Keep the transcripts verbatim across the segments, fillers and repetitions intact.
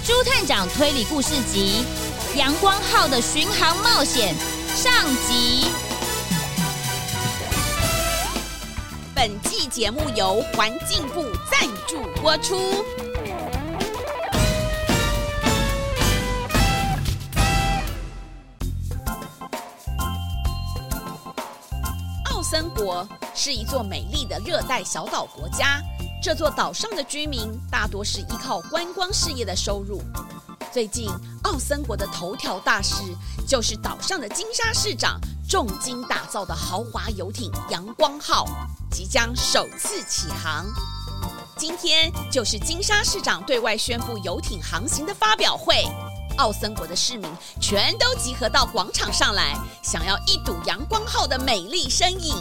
朱探长推理故事集《阳光号的巡航冒险》上集。 本季节目由环境部赞助播出。奥森国是一座美丽的热带小岛国家，这座岛上的居民大多是依靠观光事业的收入。最近，奥森国的头条大事就是岛上的金沙市长重金打造的豪华游艇阳光号即将首次起航。今天就是金沙市长对外宣布游艇航行的发表会，奥森国的市民全都集合到广场上来，想要一睹阳光号的美丽身影。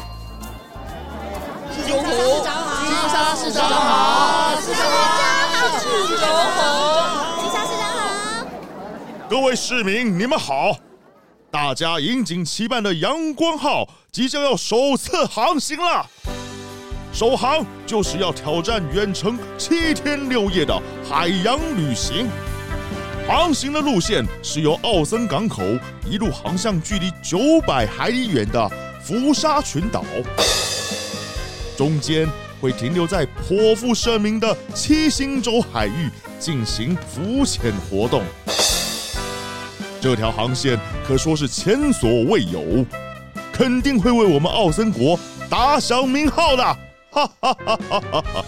金沙市长好，金沙市长好，金沙市长好，金沙市长好。 各位市民，你们好！大家引颈期盼的阳光号即将要首次航行了。首航就是要挑战远程七天六夜的海洋旅行。航行的路线是由奥森港口一路航向距离九百海里远的福沙群岛，中间会停留在颇负盛名的七星洲海域进行浮潜活动。这条航线可说是前所未有，肯定会为我们奥森国打响名号的！哈哈哈哈哈哈！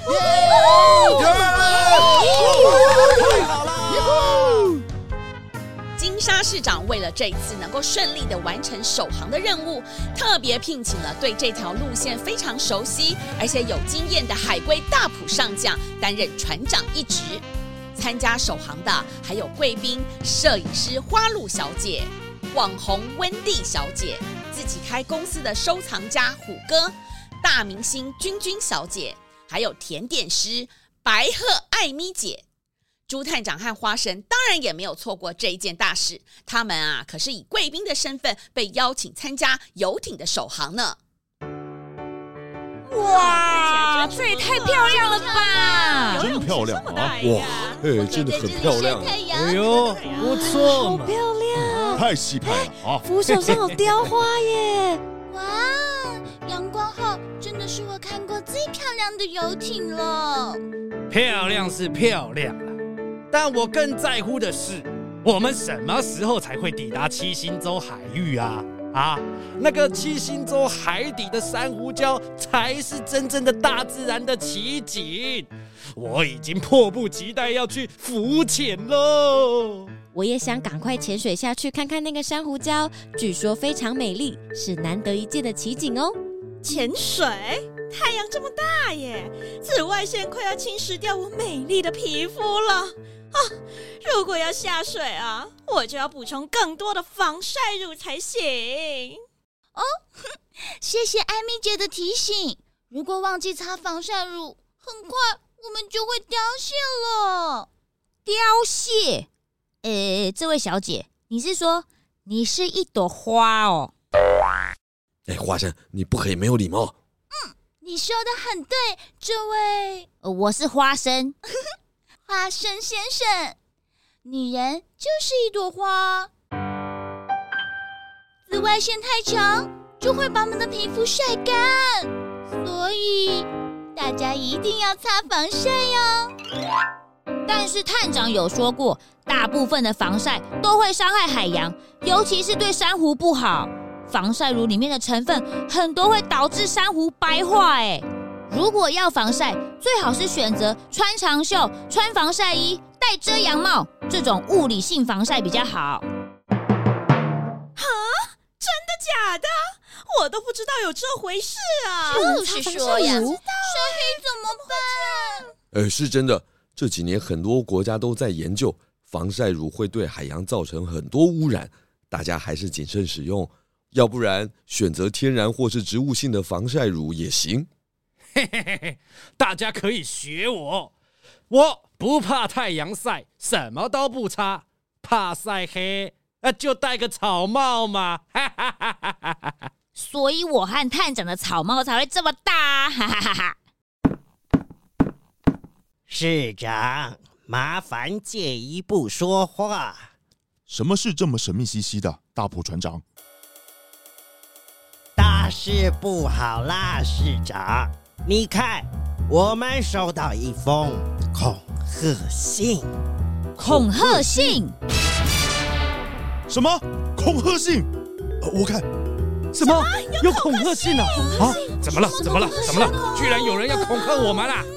太好了！ 金沙市长为了这次能够顺利地完成首航的任务，特别聘请了对这条路线非常熟悉而且有经验的海龟大埔上将担任船长一职。参加首航的还有贵宾摄影师花露小姐、网红温蒂小姐、自己开公司的收藏家虎哥、大明星君君小姐，还有甜点师白鹤艾咪姐。朱探长和花生当然也没有错过这一件大事，他们啊可是以贵宾的身份被邀请参加游艇的首航呢。 哇，这也太漂亮了吧！ 真漂亮啊！ 哇，哎，真的很漂亮。 哎呦，不错嘛， 好漂亮， 太气派了啊！ 扶手上有雕花耶！ 哇，阳光号真的是我看过最漂亮的游艇了。 漂亮是漂亮了，但我更在乎的是，我们什么时候才会抵达七星洲海域啊？啊，那个七星洲海底的珊瑚礁才是真正的大自然的奇景，我已经迫不及待要去浮潜喽！ 我也想赶快潜水下去看看那个珊瑚礁，据说非常美丽，是难得一见的奇景哦。 潜水？太阳这么大耶，紫外线快要侵蚀掉我美丽的皮肤了啊！如果要下水啊，我就要补充更多的防晒乳才行。 哦，谢谢艾咪姐的提醒。如果忘记擦防晒乳，很快我们就会凋谢了。 凋谢？呃，这位小姐，你是说你是一朵花哦？ 哎，花生，你不可以没有礼貌。 嗯，你说的很对，这位， 呃、我是花生。 花生先生，女人就是一朵花，紫外线太强就会把我们的皮肤晒干，所以大家一定要擦防晒哟。 但是探长有说过，大部分的防晒都会伤害海洋，尤其是对珊瑚不好。防晒乳里面的成分很多会导致珊瑚白化，哎。如果要防晒，最好是选择穿长袖、穿防晒衣、戴遮阳帽这种物理性防晒比较好。 哈？真的假的？我都不知道有这回事啊！ 就是说呀，晒黑怎么办？ 呃，是真的，这几年很多国家都在研究防晒乳会对海洋造成很多污染，大家还是谨慎使用，要不然选择天然或是植物性的防晒乳也行。 嘿嘿嘿嘿，大家可以学我，我不怕太阳晒，什么都不擦，怕晒黑，那就戴个草帽嘛。 所以我和探长的草帽才会这么大，哈哈哈哈。 市长， 麻烦借一步说话。 什么事这么神秘兮兮的，大埔船长？ 大事不好啦，市长！你看，我们收到一封恐吓信。 恐吓信？ 什么恐吓信？呃、我看什么有恐吓信啊？啊，怎么了？怎么了？怎么了？居然有人要恐吓我们啦！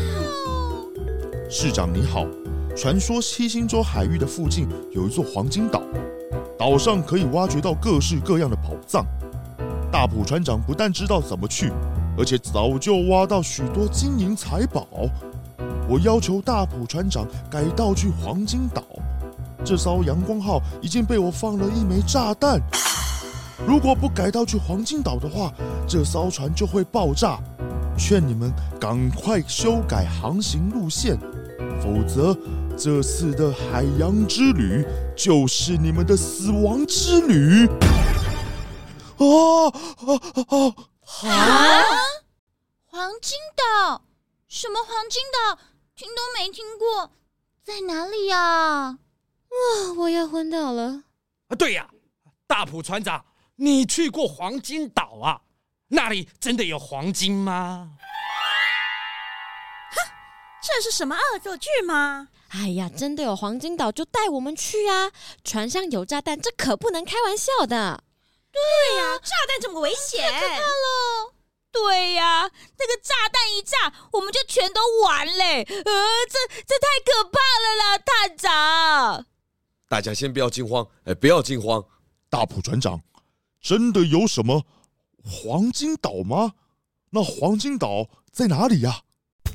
市长你好，传说七星洲海域的附近有一座黄金岛，岛上可以挖掘到各式各样的宝藏。大埔船长不但知道怎么去，而且早就挖到许多金银财宝。我要求大埔船长改道去黄金岛。这艘阳光号已经被我放了一枚炸弹，如果不改道去黄金岛的话，这艘船就会爆炸。劝你们赶快修改航行路线，否则这次的海洋之旅就是你们的死亡之旅。哦哦哦！ 啊！黄金岛？什么黄金岛？听都没听过，在哪里呀？啊， 我要昏倒了。 啊，对呀，大埔船长，你去过黄金岛啊？那里真的有黄金吗？ 哼，这是什么恶作剧吗？ 哎呀，真的有黄金岛就带我们去啊！船上有炸弹，这可不能开玩笑的。 对呀、啊，炸弹这么危险， 太可怕了！ 对呀、啊，那个炸弹一炸，我们就全都完嘞！呃，这这太可怕了啦，探长！ 大家先不要惊慌，哎，不要惊慌。 大埔船长，真的有什么黄金岛吗？那黄金岛在哪里呀？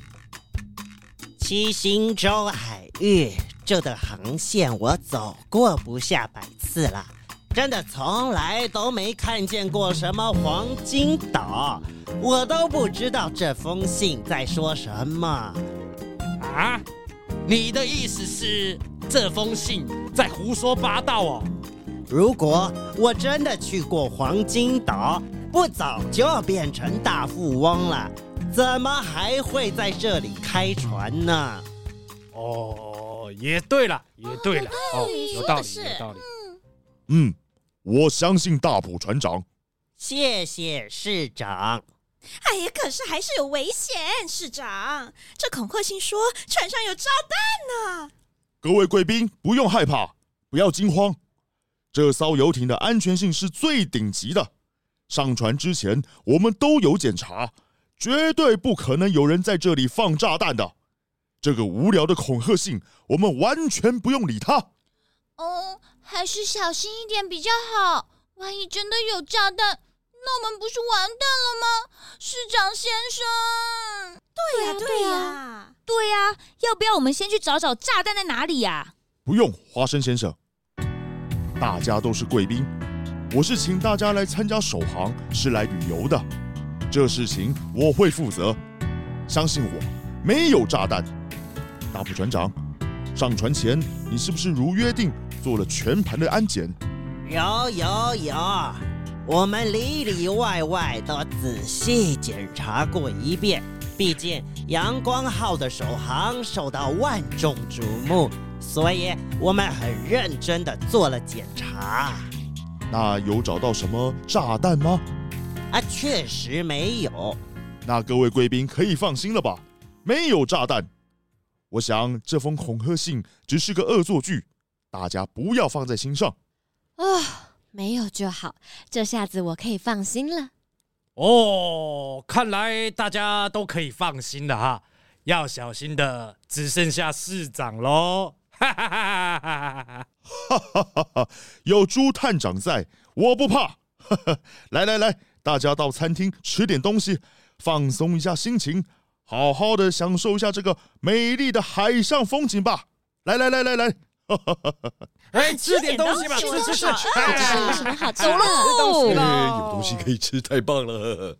七星洲海域这的航线我走过不下百次了。真的从来都没看见过什么黄金岛，我都不知道这封信在说什么。 啊？你的意思是这封信在胡说八道哦？ 如果我真的去过黄金岛，不早就变成大富翁了，怎么还会在这里开船呢？ 哦，也对了，也对了，哦，有道理，有道理。 嗯。我相信大埔船长。 谢谢市长。 哎呀，可是还是有危险，市长。这恐吓信说船上有炸弹呢。 各位贵宾不用害怕，不要惊慌。这艘游艇的安全性是最顶级的，上船之前我们都有检查，绝对不可能有人在这里放炸弹的。这个无聊的恐吓信，我们完全不用理它。 哦，还是小心一点比较好。万一真的有炸弹，那我们不是完蛋了吗？市长先生。 对呀，对呀， 对呀，要不要我们先去找找炸弹在哪里呀？ 不用，花生先生，大家都是贵宾，我是请大家来参加首航，是来旅游的。这事情我会负责，相信我，没有炸弹。大埔船长，上船前你是不是如约定做了全盘的安检？ 有有有，我们里里外外都仔细检查过一遍。毕竟阳光号的首航受到万众瞩目，所以我们很认真地做了检查。 那有找到什么炸弹吗？ 啊，确实没有。 那各位贵宾可以放心了吧？没有炸弹。我想这封恐吓信只是个恶作剧，大家不要放在心上。 哦，没有就好，这下子我可以放心了。 哦，看来大家都可以放心了哈。要小心的只剩下市长喽！哈哈哈哈哈哈！有朱探长在，我不怕。来来来，大家到餐厅吃点东西，放松一下心情，好好的享受一下这个美丽的海上风景吧！来来来来来！ 哎，吃点东西吧，吃吃吃！ 哎，有什么好吃的？ 哎，有东西可以吃，太棒了！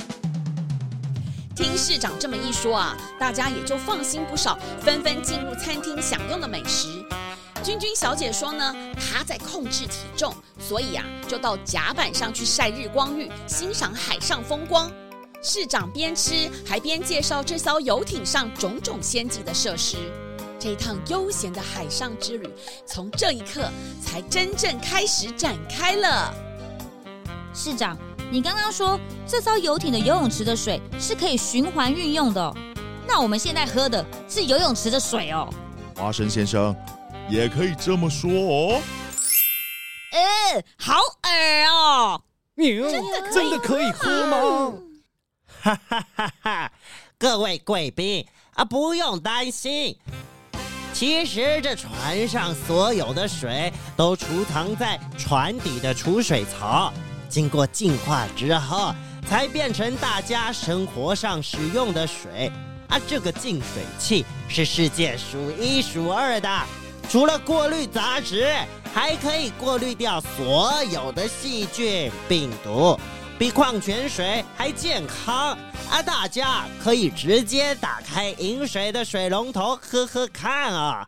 听市长这么一说啊，大家也就放心不少，纷纷进入餐厅享用的美食。君君小姐说呢，她在控制体重，所以啊，就到甲板上去晒日光浴，欣赏海上风光。市长边吃还边介绍这艘游艇上种种先进的设施。 这趟悠闲的海上之旅从这一刻才真正开始展开了。 市长，你刚刚说这艘游艇的游泳池的水是可以循环运用的哦，那我们现在喝的是游泳池的水哦。 花生先生，也可以这么说哦。 呃，好恶哦！ 真的真的可以喝吗？ 哈哈哈哈！各位贵宾啊，不用担心。其实这船上所有的水都储藏在船底的储水槽，经过净化之后，才变成大家生活上使用的水。啊，这个净水器是世界数一数二的，除了过滤杂质，还可以过滤掉所有的细菌、病毒，比矿泉水还健康啊！大家可以直接打开饮水的水龙头喝喝看啊！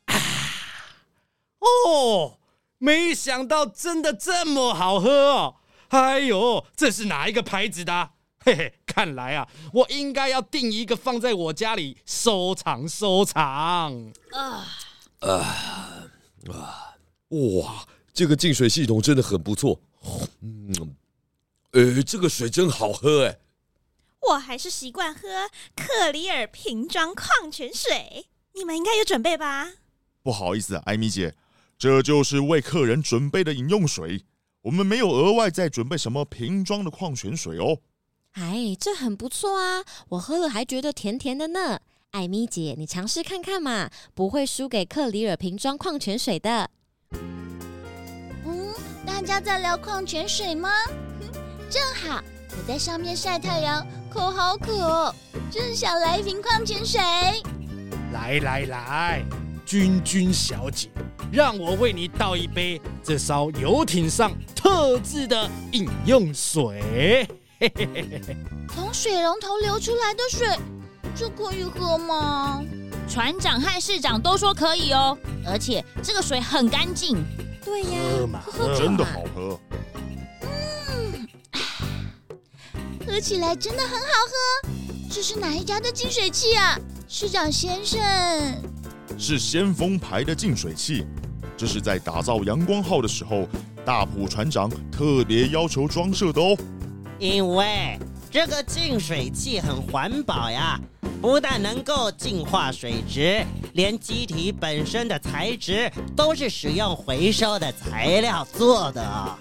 哦，没想到真的这么好喝哦！哎呦，这是哪一个牌子的啊？嘿嘿，看来啊，我应该要订一个放在我家里收藏收藏。 啊啊啊！哇，这个净水系统真的很不错。嗯，呃，这个水真好喝哎。 我还是习惯喝克里尔瓶装矿泉水，你们应该有准备吧？ 不好意思，艾米姐，这就是为客人准备的饮用水，我们没有额外再准备什么瓶装的矿泉水哦。 哎，这很不错啊，我喝了还觉得甜甜的呢。艾米姐，你尝试看看嘛，不会输给克里尔瓶装矿泉水的。 嗯，大家在聊矿泉水吗？正好，我在上面晒太阳，口好渴哦，真想来一瓶矿泉水。 来来来，君君小姐，让我为你倒一杯这艘游艇上特制的饮用水。嘿嘿嘿嘿， 从水龙头流出来的水，这可以喝吗？ 船长和市长都说可以哦，而且这个水很干净。 对呀， 喝嘛喝， 真的好喝。 嗯，喝起来真的很好喝。这是哪一家的净水器啊，市长先生？ 是先锋牌的净水器，这是在打造阳光号的时候，大埔船长特别要求装设的哦。 因为这个净水器很环保呀，不但能够净化水质，连机体本身的材质都是使用回收的材料做的哦。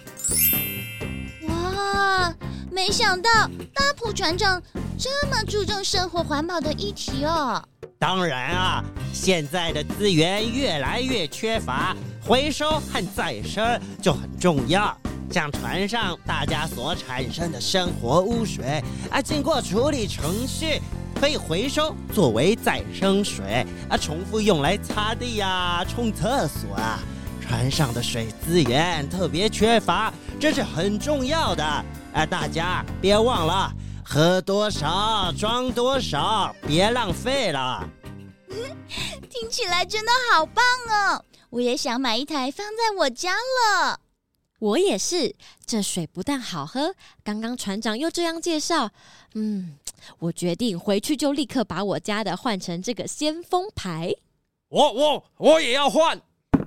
哇，没想到大埔船长这么注重生活环保的议题哦。 当然啊，现在的资源越来越缺乏，回收和再生就很重要。像船上大家所产生的生活污水啊，经过处理程序可以回收作为再生水啊，重复用来擦地啊、冲厕所啊。船上的水资源特别缺乏，这是很重要的啊！大家别忘了，喝多少装多少，别浪费了。 听起来真的好棒哦！我也想买一台放在我家了。 我也是，这水不但好喝，刚刚船长又这样介绍，嗯，我决定回去就立刻把我家的换成这个先锋牌。 我我我也要换。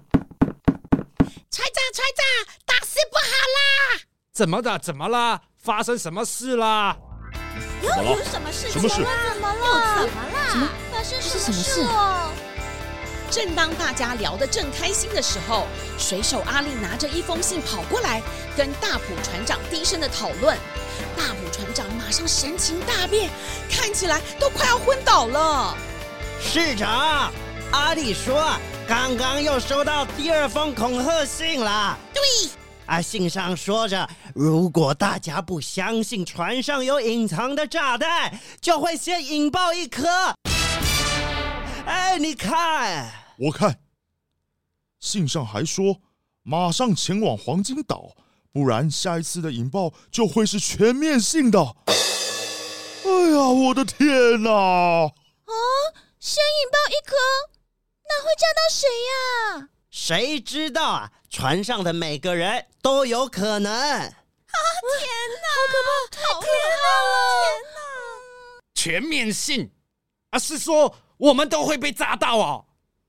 船长，船长，大事不好啦！ 怎么的？怎么啦？发生什么事啦？ 又有什么事情？ 什么事？ 怎么了？ 又怎么啦？ 什么？ 发生这是什么什么事哦？ 正当大家聊得正开心的时候，水手阿力拿着一封信跑过来，跟大埔船长低声的讨论。大埔船长马上神情大变，看起来都快要昏倒了。 市长，阿力说刚刚又收到第二封恐吓信了。 对， 啊，信上说着，如果大家不相信船上有隐藏的炸弹，就会先引爆一颗。哎，你看， 我看信上还说，马上前往黄金岛，不然下一次的引爆就会是全面性的。哎呀，我的天哪！ 哦，先引爆一颗，那会炸到谁呀？ 谁知道啊？船上的每个人都有可能。啊， 天哪， 好可怕，太可怕了！ 全面性啊，是说我们都会被炸到哦。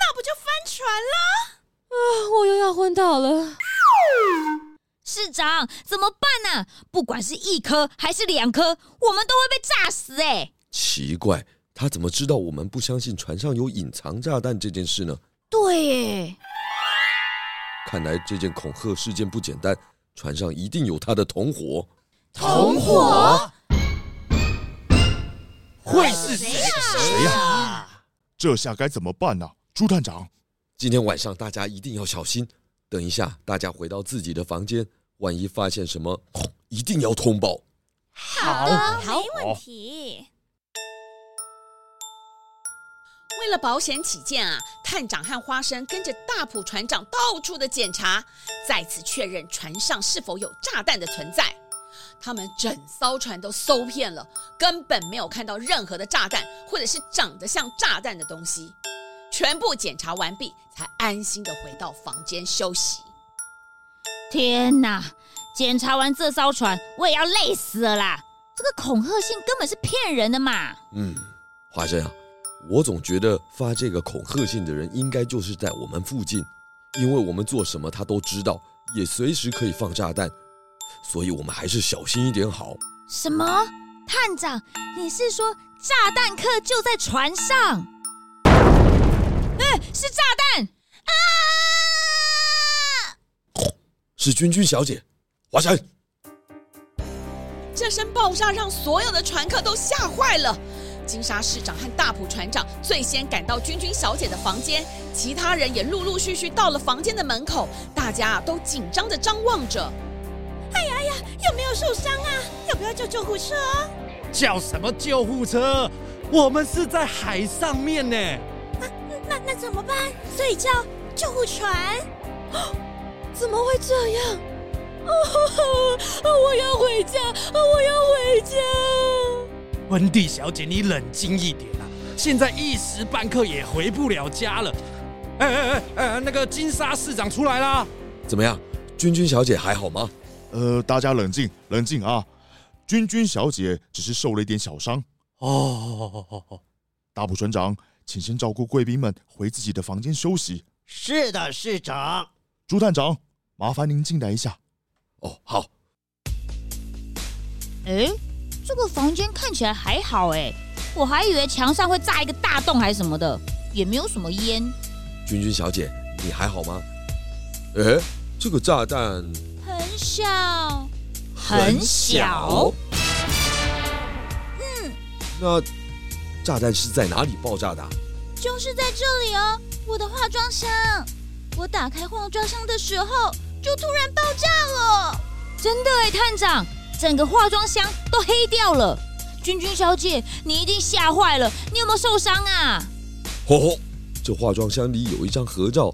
那不就翻船了？ 啊，我又要昏倒了。 市长，怎么办啊？不管是一颗还是两颗，我们都会被炸死哎！ 奇怪，他怎么知道我们不相信船上有隐藏炸弹这件事呢？ 对耶， 看来这件恐吓事件不简单，船上一定有他的同伙。 同伙？ 会是谁？ 谁呀？这下该怎么办呢？朱探长， 今天晚上大家一定要小心。等一下，大家回到自己的房间，万一发现什么，一定要通报。 好的，没问题。 为了保险起见啊，探长和花生跟着大埔船长到处的检查，再次确认船上是否有炸弹的存在。他们整艘船都搜遍了，根本没有看到任何的炸弹，或者是长得像炸弹的东西。全部检查完毕，才安心的回到房间休息。 天哪！检查完这艘船，我也要累死了啦！这个恐吓信根本是骗人的嘛！ 嗯，花生啊，我总觉得发这个恐吓信的人应该就是在我们附近，因为我们做什么他都知道，也随时可以放炸弹，所以我们还是小心一点好。 什么？探长，你是说炸弹客就在船上？是炸弹啊！ 是君君小姐，华山。 这声爆炸让所有的船客都吓坏了。金沙市长和大埔船长最先赶到君君小姐的房间，其他人也陆陆续续到了房间的门口，大家都紧张着张望着。 哎呀呀，有没有受伤啊？要不要叫救护车？ 叫什么救护车？我们是在海上面呢。 那那怎么办？所以叫救护船？ 怎么会这样？哦，我要回家，我要回家。 温蒂小姐，你冷静一点啊！现在一时半刻也回不了家了。哎哎哎哎，那个金沙市长出来啦！ 怎么样，君君小姐还好吗？ 呃，大家冷静，冷静啊！君君小姐只是受了一点小伤。 哦， 大埔船长，请先照顾贵宾们回自己的房间休息。 是的，市长。 朱探长，麻烦您进来一下。 哦，好。 哎，这个房间看起来还好哎，我还以为墙上会炸一个大洞还是什么的，也没有什么烟。 君君小姐，你还好吗？哎，这个炸弹很小， 很小。 嗯， 那炸弹是在哪里爆炸的啊？ 就是在这里哦，我的化妆箱。我打开化妆箱的时候，就突然爆炸了。 真的哎，探长，整个化妆箱都黑掉了。君君小姐，你一定吓坏了，你有没有受伤啊？ 吼吼，这化妆箱里有一张合照。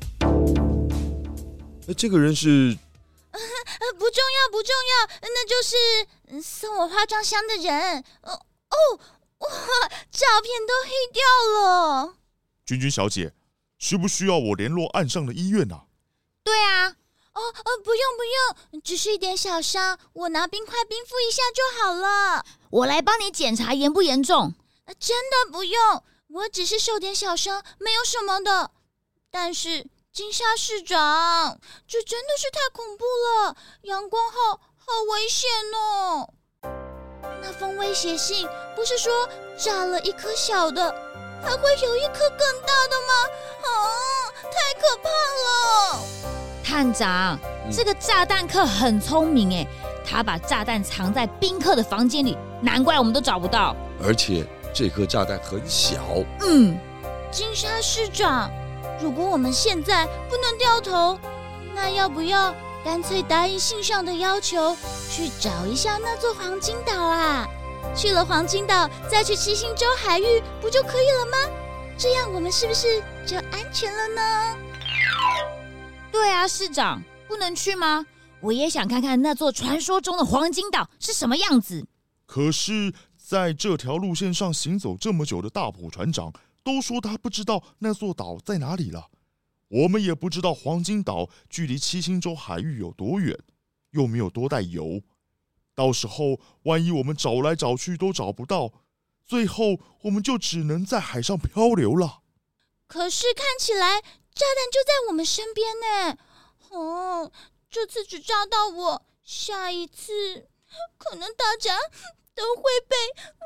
这个人是？ 呃，不重要，不重要，那就是送我化妆箱的人。哦哦，哇，照片都黑掉了。 君君小姐，需不需要我联络岸上的医院啊？ 对啊。 哦哦，不用不用，只是一点小伤，我拿冰块冰敷一下就好了。 我来帮你检查严不严重。 真的不用，我只是受点小伤，没有什么的。但是金沙市长，这真的是太恐怖了，阳光号好危险哦。那封威胁信不是说炸了一颗小的，还会有一颗更大的吗？啊，太可怕了！ 探长， 嗯、 这个炸弹客很聪明哎，他把炸弹藏在宾客的房间里，难怪我们都找不到。 而且这颗炸弹很小。 嗯， 金沙市长，如果我们现在不能掉头，那要不要干脆答应信上的要求，去找一下那座黄金岛啊？去了黄金岛，再去七星洲海域，不就可以了吗？这样我们是不是就安全了呢？ 对啊，市长，不能去吗？我也想看看那座传说中的黄金岛是什么样子。 可是在这条路线上行走这么久的大埔船长都说他不知道那座岛在哪里了。我们也不知道黄金岛距离七星洲海域有多远，又没有多带油。到时候万一我们找来找去都找不到，最后我们就只能在海上漂流了。 可是看起来炸弹就在我们身边呢。哦，这次只炸到我，下一次可能大家都会被……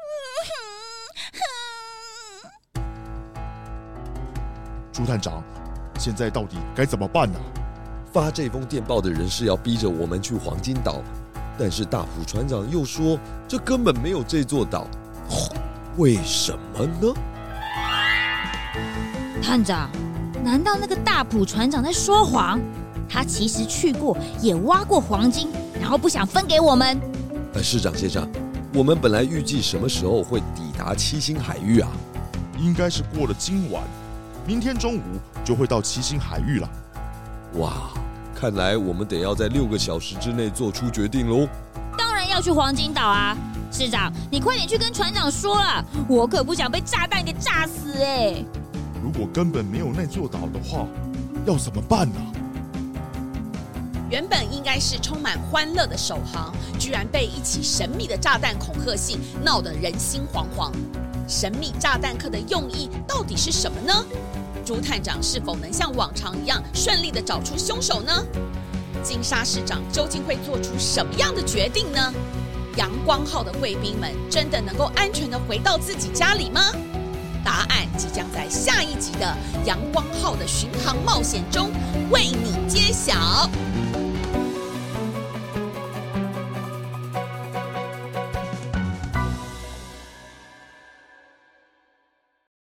朱探长，现在到底该怎么办呢？ 发这封电报的人是要逼着我们去黄金岛，但是大普船长又说这根本没有这座岛，为什么呢？ 探长，难道那个大普船长在说谎？他其实去过，也挖过黄金，然后不想分给我们。 呃，市长先生，我们本来预计什么时候会抵达七星海域啊？ 应该是过了今晚，明天中午就会到七星海域了。 哇，看来我们得要在六个小时之内做出决定喽。 当然要去黄金岛啊！市长，你快点去跟船长说了，我可不想被炸弹给炸死哎、欸！ 如果根本没有那座岛的话，要怎么办呢？ 原本应该是充满欢乐的首航，居然被一起神秘的炸弹恐吓信闹得人心惶惶。神秘炸弹客的用意到底是什么呢？朱探长是否能像往常一样顺利地找出凶手呢？金沙市长究竟会做出什么样的决定呢？阳光号的贵宾们真的能够安全地回到自己家里吗？答案即将在下一集的阳光号的巡航冒险中为你揭晓。